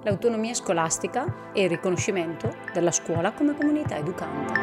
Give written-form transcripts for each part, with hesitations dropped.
l'autonomia scolastica e il riconoscimento della scuola come comunità educante.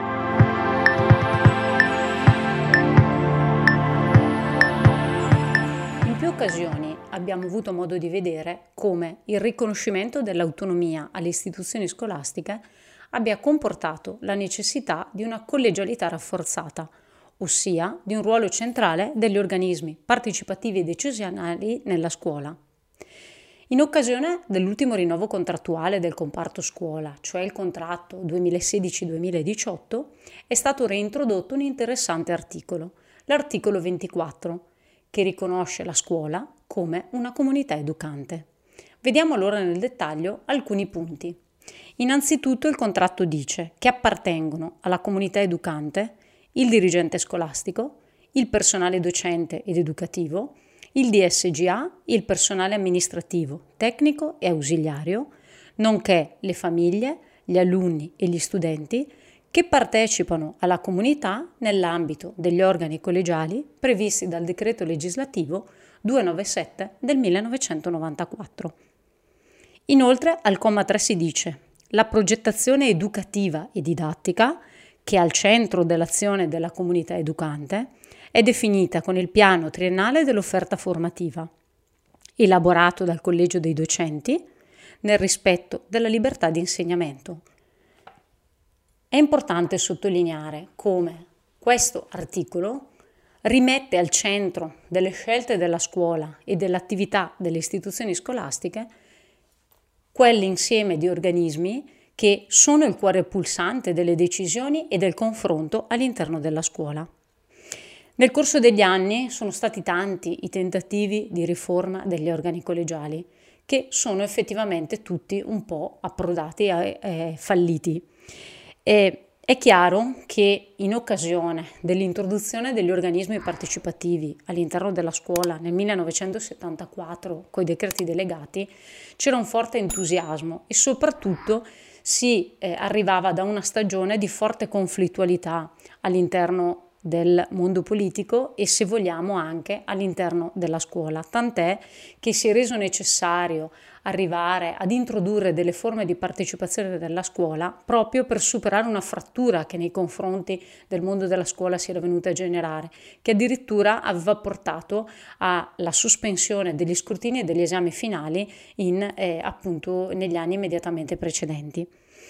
In più occasioni abbiamo avuto modo di vedere come il riconoscimento dell'autonomia alle istituzioni scolastiche abbia comportato la necessità di una collegialità rafforzata, ossia di un ruolo centrale degli organismi partecipativi e decisionali nella scuola. In occasione dell'ultimo rinnovo contrattuale del comparto scuola, cioè il contratto 2016-2018, è stato reintrodotto un interessante articolo, l'articolo 24, che riconosce la scuola come una comunità educante. Vediamo allora nel dettaglio alcuni punti. Innanzitutto il contratto dice che appartengono alla comunità educante il dirigente scolastico, il personale docente ed educativo, il DSGA, il personale amministrativo, tecnico e ausiliario, nonché le famiglie, gli alunni e gli studenti che partecipano alla comunità nell'ambito degli organi collegiali previsti dal decreto legislativo 297 del 1994. Inoltre al comma 3 si dice: la progettazione educativa e didattica, che è al centro dell'azione della comunità educante, è definita con il piano triennale dell'offerta formativa, elaborato dal Collegio dei Docenti nel rispetto della libertà di insegnamento. È importante sottolineare come questo articolo rimette al centro delle scelte della scuola e dell'attività delle istituzioni scolastiche quell'insieme di organismi che sono il cuore pulsante delle decisioni e del confronto all'interno della scuola. Nel corso degli anni sono stati tanti i tentativi di riforma degli organi collegiali, che sono effettivamente tutti un po' approdati e falliti. È chiaro che in occasione dell'introduzione degli organismi partecipativi all'interno della scuola nel 1974 con i decreti delegati c'era un forte entusiasmo e soprattutto si arrivava da una stagione di forte conflittualità all'interno del mondo politico e, se vogliamo, anche all'interno della scuola, tant'è che si è reso necessario arrivare ad introdurre delle forme di partecipazione della scuola proprio per superare una frattura che nei confronti del mondo della scuola si era venuta a generare, che addirittura aveva portato alla sospensione degli scrutini e degli esami finali appunto negli anni immediatamente precedenti.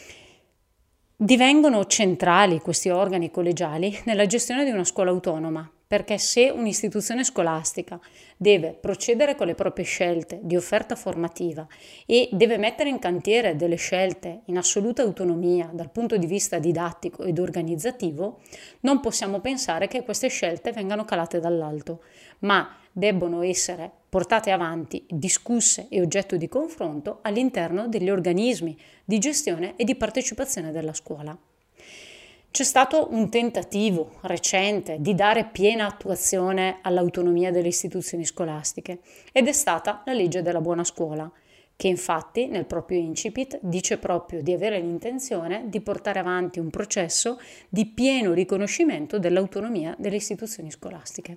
Divengono centrali questi organi collegiali nella gestione di una scuola autonoma, perché se un'istituzione scolastica deve procedere con le proprie scelte di offerta formativa e deve mettere in cantiere delle scelte in assoluta autonomia dal punto di vista didattico ed organizzativo, non possiamo pensare che queste scelte vengano calate dall'alto, ma debbono essere portate avanti, discusse e oggetto di confronto all'interno degli organismi di gestione e di partecipazione della scuola. C'è stato un tentativo recente di dare piena attuazione all'autonomia delle istituzioni scolastiche ed è stata la legge della buona scuola, che infatti nel proprio incipit dice proprio di avere l'intenzione di portare avanti un processo di pieno riconoscimento dell'autonomia delle istituzioni scolastiche.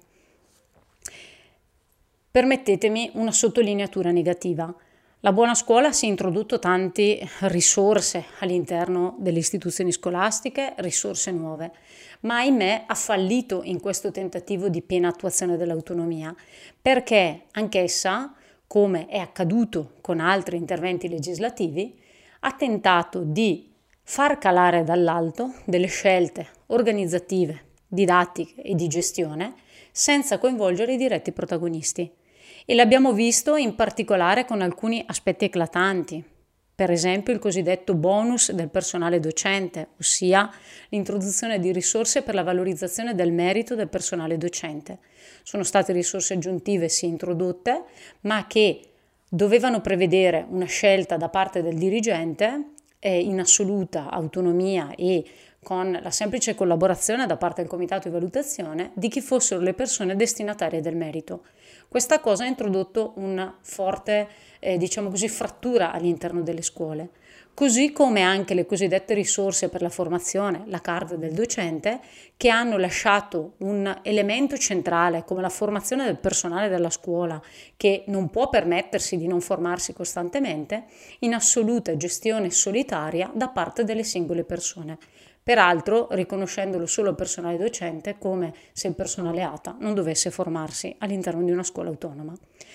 Permettetemi una sottolineatura negativa. La buona scuola si è introdotto tante risorse all'interno delle istituzioni scolastiche, risorse nuove, ma ahimè ha fallito in questo tentativo di piena attuazione dell'autonomia, perché anch'essa, come è accaduto con altri interventi legislativi, ha tentato di far calare dall'alto delle scelte organizzative, didattiche e di gestione senza coinvolgere i diretti protagonisti. E l'abbiamo visto in particolare con alcuni aspetti eclatanti, per esempio il cosiddetto bonus del personale docente, ossia l'introduzione di risorse per la valorizzazione del merito del personale docente. Sono state risorse aggiuntive sì introdotte, ma che dovevano prevedere una scelta da parte del dirigente in assoluta autonomia e con la semplice collaborazione da parte del comitato di valutazione di chi fossero le persone destinatarie del merito. Questa cosa ha introdotto un forte diciamo così, frattura all'interno delle scuole. Così come anche le cosiddette risorse per la formazione, la card del docente, che hanno lasciato un elemento centrale come la formazione del personale della scuola, che non può permettersi di non formarsi costantemente, in assoluta gestione solitaria da parte delle singole persone. Peraltro riconoscendolo solo al personale docente, come se il personale ATA non dovesse formarsi all'interno di una scuola autonoma.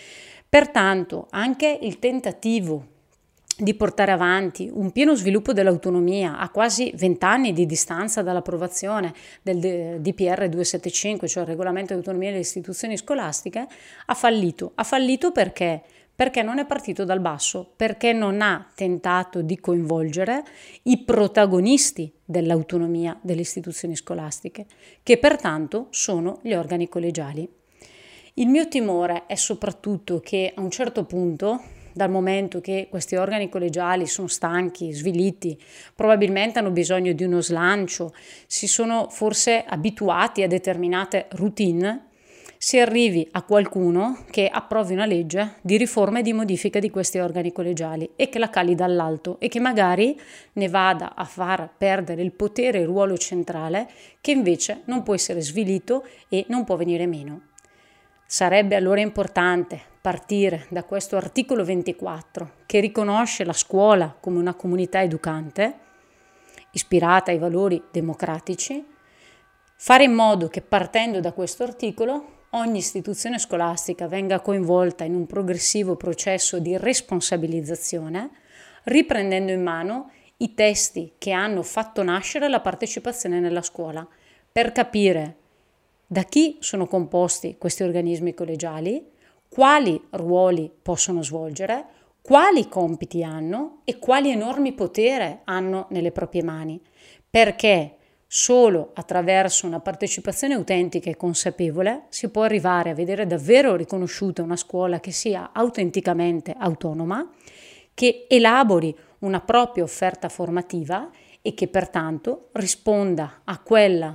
Pertanto anche il tentativo di portare avanti un pieno sviluppo dell'autonomia a quasi 20 anni di distanza dall'approvazione del DPR 275, cioè il regolamento di autonomia delle istituzioni scolastiche, ha fallito. Ha fallito perché? Perché non è partito dal basso, perché non ha tentato di coinvolgere i protagonisti dell'autonomia delle istituzioni scolastiche, che pertanto sono gli organi collegiali. Il mio timore è soprattutto che a un certo punto, dal momento che questi organi collegiali sono stanchi, sviliti, probabilmente hanno bisogno di uno slancio, si sono forse abituati a determinate routine, si arrivi a qualcuno che approvi una legge di riforma e di modifica di questi organi collegiali e che la cali dall'alto e che magari ne vada a far perdere il potere e il ruolo centrale che invece non può essere svilito e non può venire meno. Sarebbe allora importante partire da questo articolo 24 che riconosce la scuola come una comunità educante, ispirata ai valori democratici, fare in modo che partendo da questo articolo ogni istituzione scolastica venga coinvolta in un progressivo processo di responsabilizzazione, riprendendo in mano i testi che hanno fatto nascere la partecipazione nella scuola, per capire da chi sono composti questi organismi collegiali, quali ruoli possono svolgere, quali compiti hanno e quali enormi potere hanno nelle proprie mani, perché solo attraverso una partecipazione autentica e consapevole si può arrivare a vedere davvero riconosciuta una scuola che sia autenticamente autonoma, che elabori una propria offerta formativa e che pertanto risponda a quella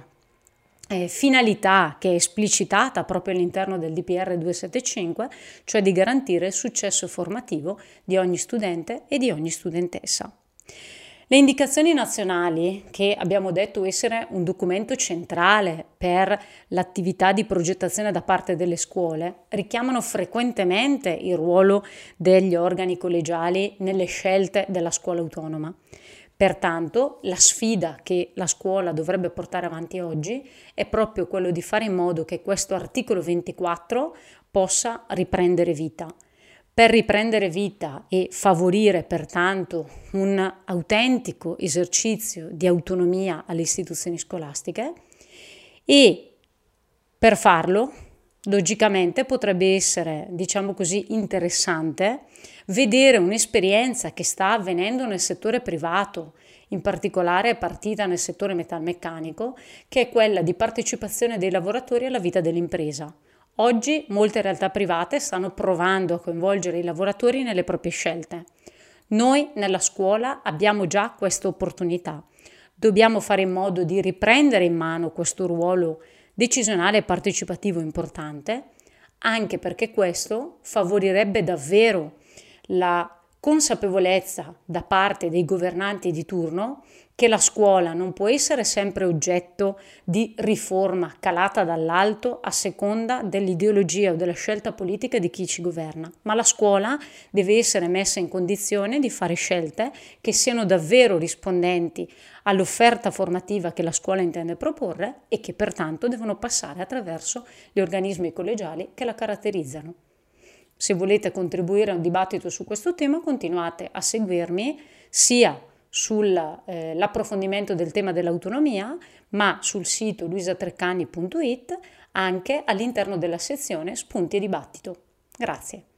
finalità che è esplicitata proprio all'interno del DPR 275, cioè di garantire il successo formativo di ogni studente e di ogni studentessa. Le indicazioni nazionali, che abbiamo detto essere un documento centrale per l'attività di progettazione da parte delle scuole, richiamano frequentemente il ruolo degli organi collegiali nelle scelte della scuola autonoma. Pertanto, la sfida che la scuola dovrebbe portare avanti oggi è proprio quello di fare in modo che questo articolo 24 possa riprendere vita. Per riprendere vita e favorire pertanto un autentico esercizio di autonomia alle istituzioni scolastiche e per farlo logicamente potrebbe essere, diciamo così, interessante vedere un'esperienza che sta avvenendo nel settore privato, in particolare è partita nel settore metalmeccanico, che è quella di partecipazione dei lavoratori alla vita dell'impresa. Oggi molte realtà private stanno provando a coinvolgere i lavoratori nelle proprie scelte. Noi nella scuola abbiamo già questa opportunità. Dobbiamo fare in modo di riprendere in mano questo ruolo decisionale e partecipativo importante, anche perché questo favorirebbe davvero la consapevolezza da parte dei governanti di turno che la scuola non può essere sempre oggetto di riforma calata dall'alto a seconda dell'ideologia o della scelta politica di chi ci governa, ma la scuola deve essere messa in condizione di fare scelte che siano davvero rispondenti all'offerta formativa che la scuola intende proporre e che pertanto devono passare attraverso gli organismi collegiali che la caratterizzano. Se volete contribuire a un dibattito su questo tema, continuate a seguirmi sia sull'approfondimento del tema dell'autonomia, ma sul sito luisatreccani.it, anche all'interno della sezione Spunti e Dibattito. Grazie.